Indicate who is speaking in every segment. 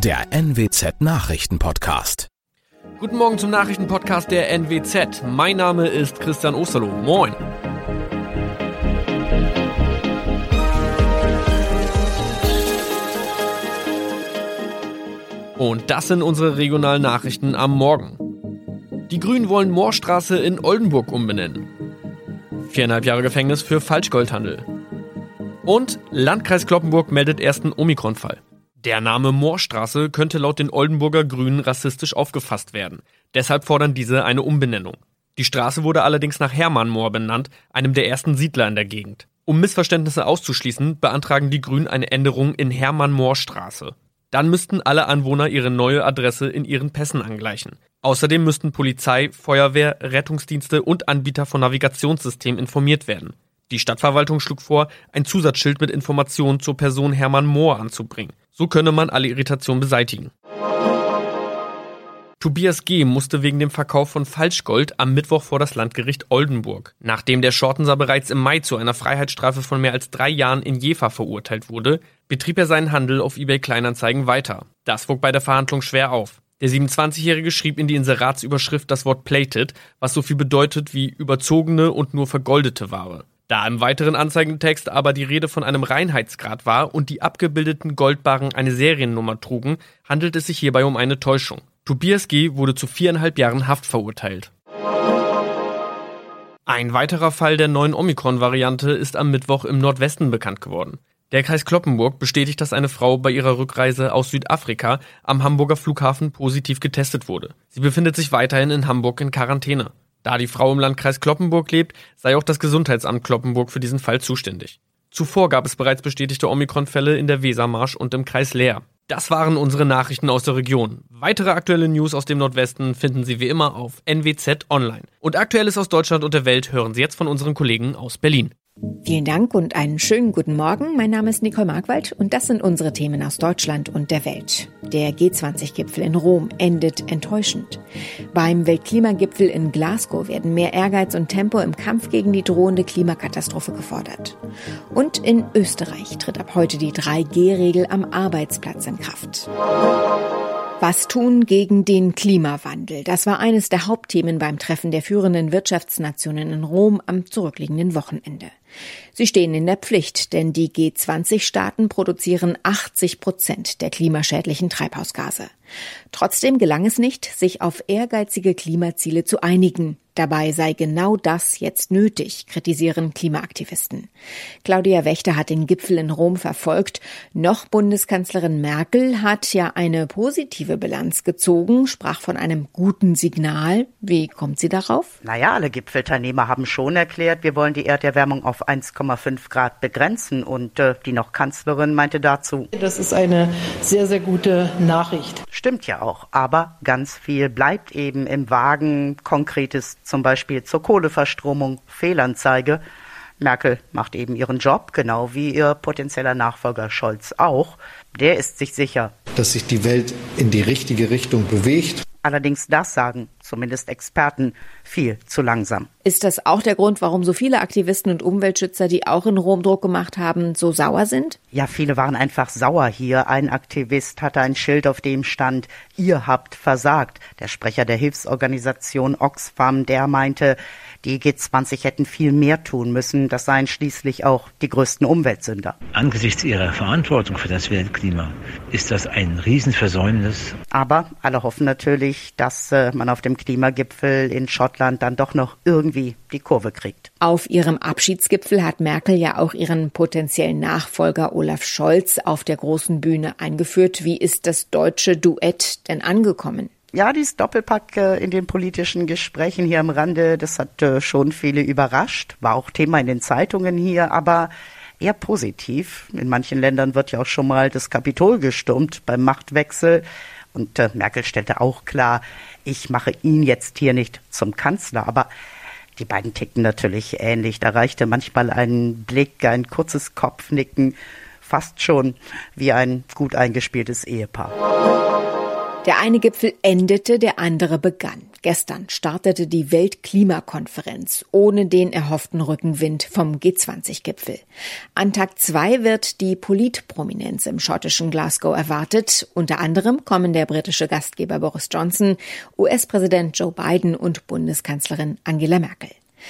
Speaker 1: der NWZ Nachrichtenpodcast.
Speaker 2: Guten Morgen zum Nachrichtenpodcast der NWZ. Mein Name ist Christian Osterloh. Moin. Und das sind unsere regionalen Nachrichten am Morgen. Die Grünen wollen Moorstraße in Oldenburg umbenennen. 4,5 Jahre Gefängnis für Falschgoldhandel. Und Landkreis Cloppenburg meldet ersten Omikron-Fall. Der Name Moorstraße könnte laut den Oldenburger Grünen rassistisch aufgefasst werden. Deshalb fordern diese eine Umbenennung. Die Straße wurde allerdings nach Hermann Mohr benannt, einem der ersten Siedler in der Gegend. Um Missverständnisse auszuschließen, beantragen die Grünen eine Änderung in Hermann-Mohr-Straße. Dann müssten alle Anwohner ihre neue Adresse in ihren Pässen angleichen. Außerdem müssten Polizei, Feuerwehr, Rettungsdienste und Anbieter von Navigationssystemen informiert werden. Die Stadtverwaltung schlug vor, ein Zusatzschild mit Informationen zur Person Hermann Mohr anzubringen. So könne man alle Irritationen beseitigen. Tobias G. musste wegen dem Verkauf von Falschgold am Mittwoch vor das Landgericht Oldenburg. Nachdem der Schortenser bereits im Mai zu einer Freiheitsstrafe von mehr als 3 Jahren in Jever verurteilt wurde, betrieb er seinen Handel auf eBay Kleinanzeigen weiter. Das wog bei der Verhandlung schwer auf. Der 27-Jährige schrieb in die Inseratsüberschrift das Wort plated, was so viel bedeutet wie überzogene und nur vergoldete Ware. Da im weiteren Anzeigentext aber die Rede von einem Reinheitsgrad war und die abgebildeten Goldbarren eine Seriennummer trugen, handelt es sich hierbei um eine Täuschung. Tobias G. wurde zu 4,5 Jahren Haft verurteilt. Ein weiterer Fall der neuen Omikron-Variante ist am Mittwoch im Nordwesten bekannt geworden. Der Kreis Cloppenburg bestätigt, dass eine Frau bei ihrer Rückreise aus Südafrika am Hamburger Flughafen positiv getestet wurde. Sie befindet sich weiterhin in Hamburg in Quarantäne. Da die Frau im Landkreis Cloppenburg lebt, sei auch das Gesundheitsamt Cloppenburg für diesen Fall zuständig. Zuvor gab es bereits bestätigte Omikron-Fälle in der Wesermarsch und im Kreis Leer. Das waren unsere Nachrichten aus der Region. Weitere aktuelle News aus dem Nordwesten finden Sie wie immer auf NWZ Online. Und Aktuelles aus Deutschland und der Welt hören Sie jetzt von unseren Kollegen aus Berlin.
Speaker 3: Vielen Dank und einen schönen guten Morgen. Mein Name ist Nicole Markwald und das sind unsere Themen aus Deutschland und der Welt. Der G20-Gipfel in Rom endet enttäuschend. Beim Weltklimagipfel in Glasgow werden mehr Ehrgeiz und Tempo im Kampf gegen die drohende Klimakatastrophe gefordert. Und in Österreich tritt ab heute die 3G-Regel am Arbeitsplatz in Kraft. Was tun gegen den Klimawandel? Das war eines der Hauptthemen beim Treffen der führenden Wirtschaftsnationen in Rom am zurückliegenden Wochenende. Sie stehen in der Pflicht, denn die G20-Staaten produzieren 80% der klimaschädlichen Treibhausgase. Trotzdem gelang es nicht, sich auf ehrgeizige Klimaziele zu einigen. Dabei sei genau das jetzt nötig, kritisieren Klimaaktivisten. Claudia Wächter hat den Gipfel in Rom verfolgt. Noch Bundeskanzlerin Merkel hat ja eine positive Bilanz gezogen, sprach von einem guten Signal. Wie kommt sie darauf?
Speaker 4: Naja, alle Gipfelteilnehmer haben schon erklärt, wir wollen die Erderwärmung auf 1,5 Grad begrenzen. Und die noch Kanzlerin meinte dazu:
Speaker 5: Das ist eine sehr, sehr gute Nachricht.
Speaker 4: Stimmt ja auch, aber ganz viel bleibt eben im Wagen. Konkretes zum Beispiel zur Kohleverstromung, Fehlanzeige. Merkel macht eben ihren Job, genau wie ihr potenzieller Nachfolger Scholz auch. Der ist sich sicher,
Speaker 6: dass sich die Welt in die richtige Richtung bewegt.
Speaker 4: Allerdings das sagen zumindest Experten viel zu langsam.
Speaker 3: Ist das auch der Grund, warum so viele Aktivisten und Umweltschützer, die auch in Rom Druck gemacht haben, so sauer sind?
Speaker 4: Ja, viele waren einfach sauer hier. Ein Aktivist hatte ein Schild, auf dem stand: Ihr habt versagt. Der Sprecher der Hilfsorganisation Oxfam, der meinte, die G20 hätten viel mehr tun müssen. Das seien schließlich auch die größten Umweltsünder.
Speaker 7: Angesichts ihrer Verantwortung für das Weltklima ist das ein Riesenversäumnis.
Speaker 4: Aber alle hoffen natürlich, dass man auf dem Klimagipfel in Schottland dann doch noch irgendwie die Kurve kriegt.
Speaker 3: Auf ihrem Abschiedsgipfel hat Merkel ja auch ihren potenziellen Nachfolger Olaf Scholz auf der großen Bühne eingeführt. Wie ist das deutsche Duett denn angekommen?
Speaker 4: Ja, dieses Doppelpack in den politischen Gesprächen hier am Rande, das hat schon viele überrascht. War auch Thema in den Zeitungen hier, aber eher positiv. In manchen Ländern wird ja auch schon mal das Kapitol gestürmt beim Machtwechsel. Und Merkel stellte auch klar, ich mache ihn jetzt hier nicht zum Kanzler. Aber die beiden ticken natürlich ähnlich. Da reichte manchmal ein Blick, ein kurzes Kopfnicken, fast schon wie ein gut eingespieltes Ehepaar.
Speaker 3: Der eine Gipfel endete, der andere begann. Gestern startete die Weltklimakonferenz ohne den erhofften Rückenwind vom G20-Gipfel. An Tag 2 wird die Politprominenz im schottischen Glasgow erwartet. Unter anderem kommen der britische Gastgeber Boris Johnson, US-Präsident Joe Biden und Bundeskanzlerin Angela Merkel.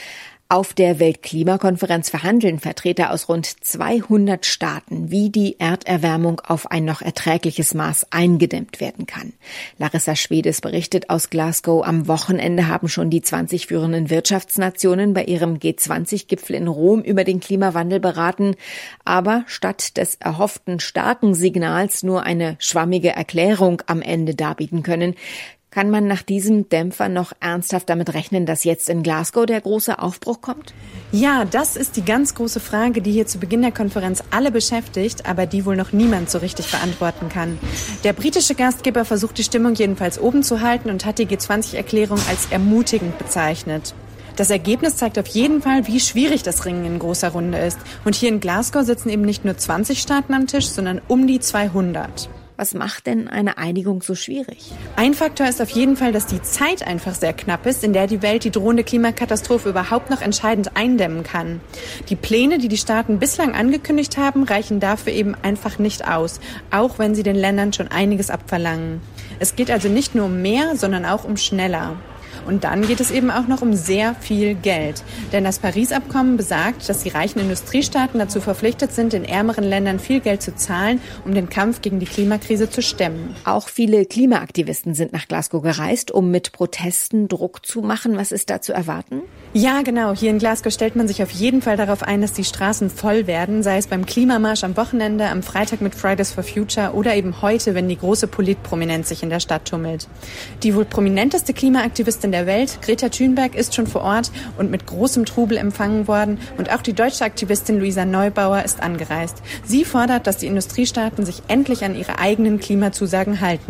Speaker 3: Auf der Weltklimakonferenz verhandeln Vertreter aus rund 200 Staaten, wie die Erderwärmung auf ein noch erträgliches Maß eingedämmt werden kann. Larissa Schwedes berichtet aus Glasgow. Am Wochenende haben schon die 20 führenden Wirtschaftsnationen bei ihrem G20-Gipfel in Rom über den Klimawandel beraten. Aber statt des erhofften starken Signals nur eine schwammige Erklärung am Ende darbieten können. Kann man nach diesem Dämpfer noch ernsthaft damit rechnen, dass jetzt in Glasgow der große Aufbruch kommt?
Speaker 8: Ja, das ist die ganz große Frage, die hier zu Beginn der Konferenz alle beschäftigt, aber die wohl noch niemand so richtig beantworten kann. Der britische Gastgeber versucht die Stimmung jedenfalls oben zu halten und hat die G20-Erklärung als ermutigend bezeichnet. Das Ergebnis zeigt auf jeden Fall, wie schwierig das Ringen in großer Runde ist. Und hier in Glasgow sitzen eben nicht nur 20 Staaten am Tisch, sondern um die 200.
Speaker 3: Was macht denn eine Einigung so schwierig?
Speaker 8: Ein Faktor ist auf jeden Fall, dass die Zeit einfach sehr knapp ist, in der die Welt die drohende Klimakatastrophe überhaupt noch entscheidend eindämmen kann. Die Pläne, die die Staaten bislang angekündigt haben, reichen dafür eben einfach nicht aus, auch wenn sie den Ländern schon einiges abverlangen. Es geht also nicht nur um mehr, sondern auch um schneller. Und dann geht es eben auch noch um sehr viel Geld. Denn das Paris-Abkommen besagt, dass die reichen Industriestaaten dazu verpflichtet sind, in ärmeren Ländern viel Geld zu zahlen, um den Kampf gegen die Klimakrise zu stemmen.
Speaker 3: Auch viele Klimaaktivisten sind nach Glasgow gereist, um mit Protesten Druck zu machen. Was ist da zu erwarten?
Speaker 8: Ja, genau. Hier in Glasgow stellt man sich auf jeden Fall darauf ein, dass die Straßen voll werden, sei es beim Klimamarsch am Wochenende, am Freitag mit Fridays for Future oder eben heute, wenn die große Politprominenz sich in der Stadt tummelt. Die wohl prominenteste Klimaaktivistin der Welt, Greta Thunberg, ist schon vor Ort und mit großem Trubel empfangen worden. Und auch die deutsche Aktivistin Luisa Neubauer ist angereist. Sie fordert, dass die Industriestaaten sich endlich an ihre eigenen Klimazusagen halten.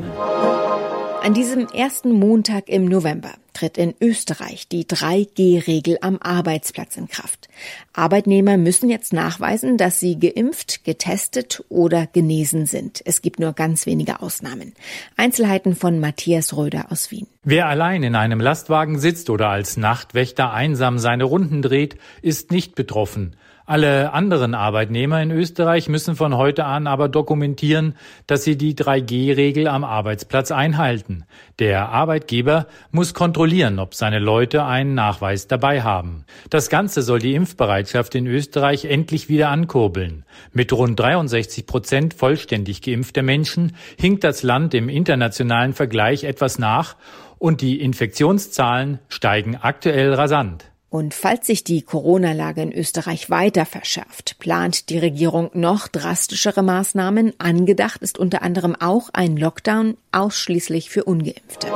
Speaker 3: An diesem ersten Montag im November tritt in Österreich die 3G-Regel am Arbeitsplatz in Kraft. Arbeitnehmer müssen jetzt nachweisen, dass sie geimpft, getestet oder genesen sind. Es gibt nur ganz wenige Ausnahmen. Einzelheiten von Matthias Röder aus Wien.
Speaker 9: Wer allein in einem Lastwagen sitzt oder als Nachtwächter einsam seine Runden dreht, ist nicht betroffen. Alle anderen Arbeitnehmer in Österreich müssen von heute an aber dokumentieren, dass sie die 3G-Regel am Arbeitsplatz einhalten. Der Arbeitgeber muss kontrollieren, ob seine Leute einen Nachweis dabei haben. Das Ganze soll die Impfbereitschaft in Österreich endlich wieder ankurbeln. Mit rund 63% vollständig geimpfter Menschen hinkt das Land im internationalen Vergleich etwas nach und die Infektionszahlen steigen aktuell rasant.
Speaker 3: Und falls sich die Corona-Lage in Österreich weiter verschärft, plant die Regierung noch drastischere Maßnahmen. Angedacht ist unter anderem auch ein Lockdown ausschließlich für Ungeimpfte.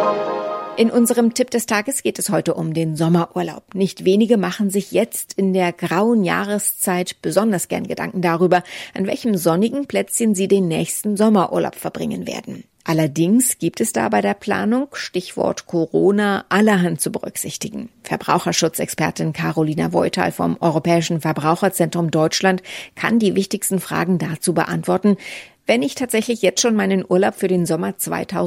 Speaker 3: In unserem Tipp des Tages geht es heute um den Sommerurlaub. Nicht wenige machen sich jetzt in der grauen Jahreszeit besonders gern Gedanken darüber, an welchem sonnigen Plätzchen sie den nächsten Sommerurlaub verbringen werden. Allerdings gibt es da bei der Planung, Stichwort Corona, allerhand zu berücksichtigen. Verbraucherschutzexpertin Carolina Voital vom Europäischen Verbraucherzentrum Deutschland kann die wichtigsten Fragen dazu beantworten. Wenn ich tatsächlich jetzt schon meinen Urlaub für den Sommer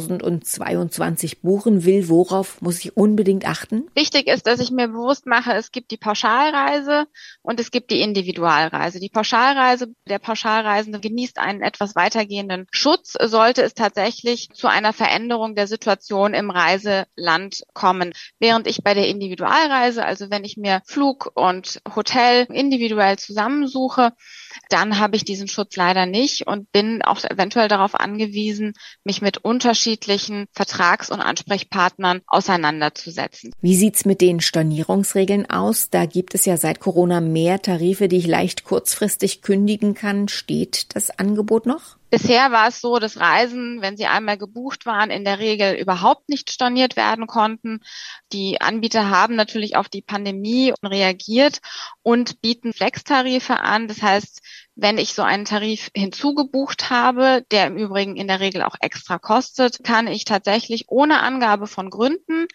Speaker 3: 2022 buchen will, worauf muss ich unbedingt achten?
Speaker 10: Wichtig ist, dass ich mir bewusst mache, es gibt die Pauschalreise und es gibt die Individualreise. Die Pauschalreise, der Pauschalreisende genießt einen etwas weitergehenden Schutz, sollte es tatsächlich zu einer Veränderung der Situation im Reiseland kommen. Während ich bei der Individualreise, also wenn ich mir Flug und Hotel individuell zusammensuche, dann habe ich diesen Schutz leider nicht und bin auch eventuell darauf angewiesen, mich mit unterschiedlichen Vertrags- und Ansprechpartnern auseinanderzusetzen.
Speaker 3: Wie sieht's mit den Stornierungsregeln aus? Da gibt es ja seit Corona mehr Tarife, die ich leicht kurzfristig kündigen kann. Steht das Angebot noch?
Speaker 10: Bisher war es so, dass Reisen, wenn sie einmal gebucht waren, in der Regel überhaupt nicht storniert werden konnten. Die Anbieter haben natürlich auf die Pandemie reagiert und bieten Flex-Tarife an. Das heißt, wenn ich so einen Tarif hinzugebucht habe, der im Übrigen in der Regel auch extra kostet, kann ich tatsächlich ohne Angabe von Gründen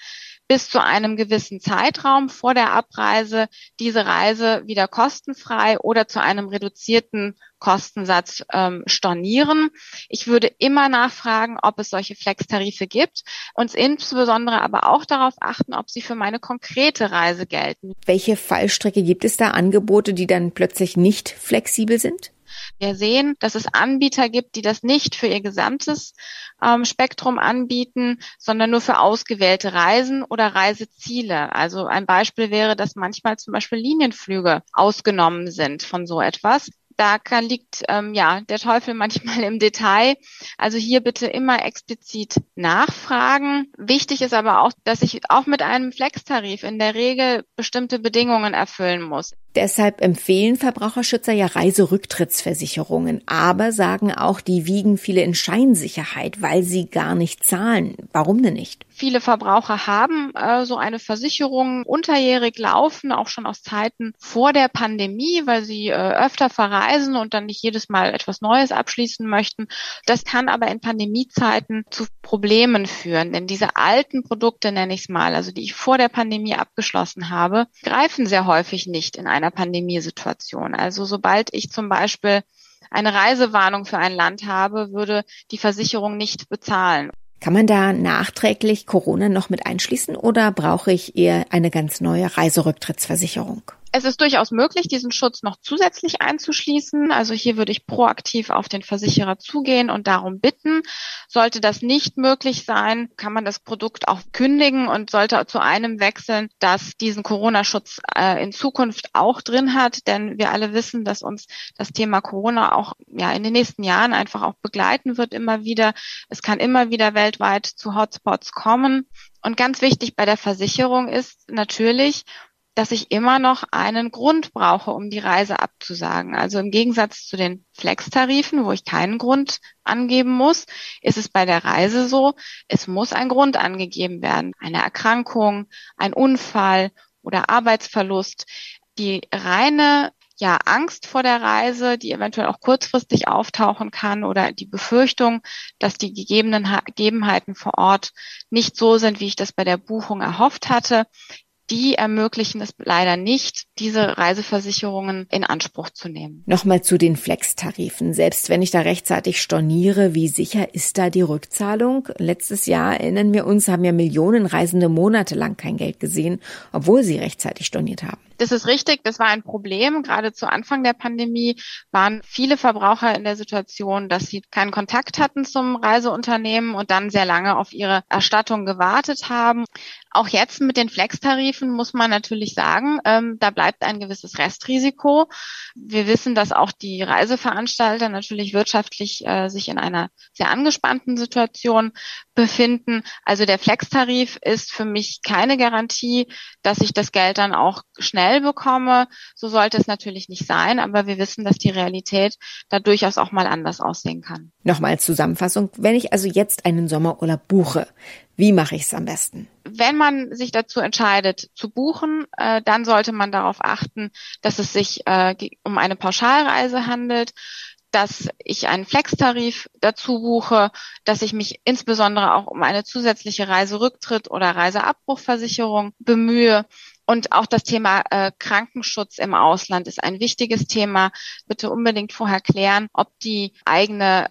Speaker 10: bis zu einem gewissen Zeitraum vor der Abreise diese Reise wieder kostenfrei oder zu einem reduzierten Kostensatz stornieren. Ich würde immer nachfragen, ob es solche Flex-Tarife gibt und insbesondere aber auch darauf achten, ob sie für meine konkrete Reise gelten.
Speaker 3: Welche Fallstricke gibt es da, Angebote, die dann plötzlich nicht flexibel sind?
Speaker 10: Wir sehen, dass es Anbieter gibt, die das nicht für ihr gesamtes Spektrum anbieten, sondern nur für ausgewählte Reisen oder Reiseziele. Also ein Beispiel wäre, dass manchmal zum Beispiel Linienflüge ausgenommen sind von so etwas. Da liegt der Teufel manchmal im Detail. Also hier bitte immer explizit nachfragen. Wichtig ist aber auch, dass ich auch mit einem Flex-Tarif in der Regel bestimmte Bedingungen erfüllen muss.
Speaker 3: Deshalb empfehlen Verbraucherschützer ja Reiserücktrittsversicherungen, aber sagen auch, die wiegen viele in Scheinsicherheit, weil sie gar nicht zahlen. Warum denn nicht?
Speaker 10: Viele Verbraucher haben so eine Versicherung unterjährig laufen, auch schon aus Zeiten vor der Pandemie, weil sie öfter verreisen und dann nicht jedes Mal etwas Neues abschließen möchten. Das kann aber in Pandemiezeiten zu Problemen führen, denn diese alten Produkte, nenne ich es mal, also die ich vor der Pandemie abgeschlossen habe, greifen sehr häufig nicht in einer Pandemiesituation. Also sobald ich zum Beispiel eine Reisewarnung für ein Land habe, würde die Versicherung nicht bezahlen.
Speaker 3: Kann man da nachträglich Corona noch mit einschließen oder brauche ich eher eine ganz neue Reiserücktrittsversicherung?
Speaker 10: Es ist durchaus möglich, diesen Schutz noch zusätzlich einzuschließen. Also hier würde ich proaktiv auf den Versicherer zugehen und darum bitten. Sollte das nicht möglich sein, kann man das Produkt auch kündigen und sollte zu einem wechseln, das diesen Corona-Schutz in Zukunft auch drin hat. Denn wir alle wissen, dass uns das Thema Corona auch in den nächsten Jahren einfach auch begleiten wird immer wieder. Es kann immer wieder weltweit zu Hotspots kommen. Und ganz wichtig bei der Versicherung ist natürlich, dass ich immer noch einen Grund brauche, um die Reise abzusagen. Also im Gegensatz zu den Flex-Tarifen, wo ich keinen Grund angeben muss, ist es bei der Reise so, es muss ein Grund angegeben werden. Eine Erkrankung, ein Unfall oder Arbeitsverlust. Die reine Angst vor der Reise, die eventuell auch kurzfristig auftauchen kann oder die Befürchtung, dass die Gegebenheiten vor Ort nicht so sind, wie ich das bei der Buchung erhofft hatte, die ermöglichen es leider nicht, diese Reiseversicherungen in Anspruch zu nehmen.
Speaker 3: Nochmal zu den Flex-Tarifen. Selbst wenn ich da rechtzeitig storniere, wie sicher ist da die Rückzahlung? Letztes Jahr, erinnern wir uns, haben ja Millionen Reisende monatelang kein Geld gesehen, obwohl sie rechtzeitig storniert haben.
Speaker 10: Das ist richtig, das war ein Problem. Gerade zu Anfang der Pandemie waren viele Verbraucher in der Situation, dass sie keinen Kontakt hatten zum Reiseunternehmen und dann sehr lange auf ihre Erstattung gewartet haben. Auch jetzt mit den Flex-Tarifen muss man natürlich sagen, da bleibt ein gewisses Restrisiko. Wir wissen, dass auch die Reiseveranstalter natürlich wirtschaftlich sich in einer sehr angespannten Situation befinden. Also der Flex-Tarif ist für mich keine Garantie, dass ich das Geld dann auch schnell bekomme. So sollte es natürlich nicht sein, aber wir wissen, dass die Realität da durchaus auch mal anders aussehen kann.
Speaker 3: Nochmal als Zusammenfassung, wenn ich also jetzt einen Sommerurlaub buche, wie mache ich es am besten?
Speaker 10: Wenn man sich dazu entscheidet zu buchen, dann sollte man darauf achten, dass es sich um eine Pauschalreise handelt, dass ich einen Flex-Tarif dazu buche, dass ich mich insbesondere auch um eine zusätzliche Reiserücktritt- oder Reiseabbruchversicherung bemühe. Und auch das Thema Krankenschutz im Ausland ist ein wichtiges Thema. Bitte unbedingt vorher klären, ob die eigene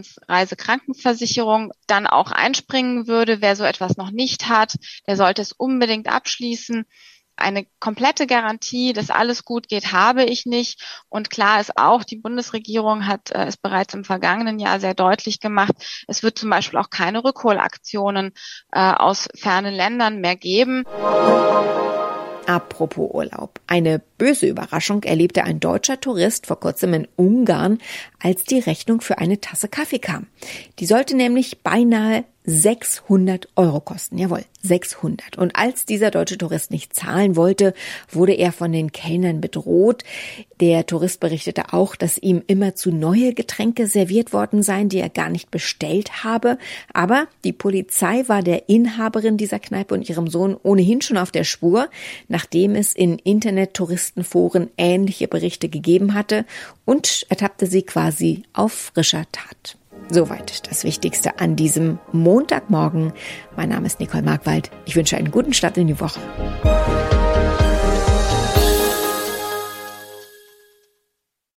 Speaker 10: Auslandsreisekrankenversicherung dann auch einspringen würde. Wer so etwas noch nicht hat, der sollte es unbedingt abschließen. Eine komplette Garantie, dass alles gut geht, habe ich nicht. Und klar ist auch, die Bundesregierung hat es bereits im vergangenen Jahr sehr deutlich gemacht, es wird zum Beispiel auch keine Rückholaktionen aus fernen Ländern mehr geben.
Speaker 3: Apropos Urlaub. Eine böse Überraschung erlebte ein deutscher Tourist vor kurzem in Ungarn, als die Rechnung für eine Tasse Kaffee kam. Die sollte nämlich beinahe 600 € kosten. Jawohl, 600. Und als dieser deutsche Tourist nicht zahlen wollte, wurde er von den Kellnern bedroht. Der Tourist berichtete auch, dass ihm immerzu neue Getränke serviert worden seien, die er gar nicht bestellt habe. Aber die Polizei war der Inhaberin dieser Kneipe und ihrem Sohn ohnehin schon auf der Spur, nachdem es in Internet-Touristenforen ähnliche Berichte gegeben hatte, und ertappte sie quasi auf frischer Tat. Soweit das Wichtigste an diesem Montagmorgen. Mein Name ist Nicole Markwald. Ich wünsche einen guten Start in die Woche.